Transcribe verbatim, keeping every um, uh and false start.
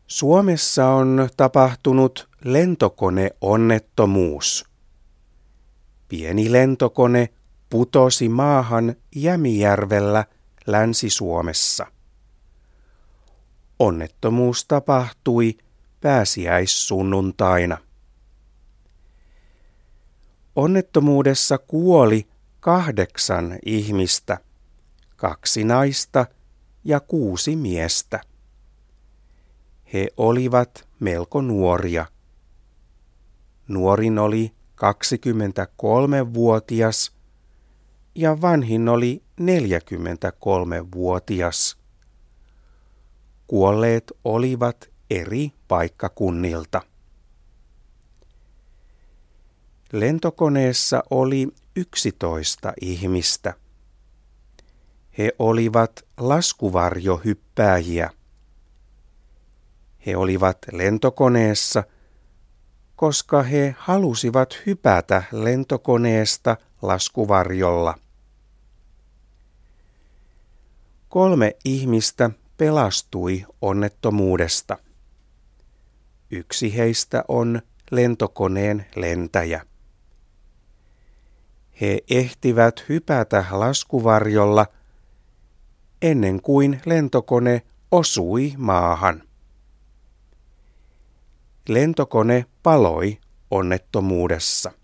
Suomessa on tapahtunut lentokoneonnettomuus. Pieni lentokone putosi maahan Jämijärvellä Länsi-Suomessa. Onnettomuus tapahtui pääsiäissunnuntaina. Onnettomuudessa kuoli kahdeksan ihmistä, kaksi naista ja kuusi miestä. He olivat melko nuoria. Nuorin oli kaksikymmentäkolmevuotias ja vanhin oli neljäkymmentäkolmevuotias. Kuolleet olivat eri paikkakunnilta. Lentokoneessa oli yksitoista ihmistä. He olivat laskuvarjohyppääjiä. He olivat lentokoneessa, koska he halusivat hypätä lentokoneesta laskuvarjolla. Kolme ihmistä pelastui onnettomuudesta. Yksi heistä on lentokoneen lentäjä. He ehtivät hypätä laskuvarjolla ennen kuin lentokone osui maahan. Lentokone paloi onnettomuudessa.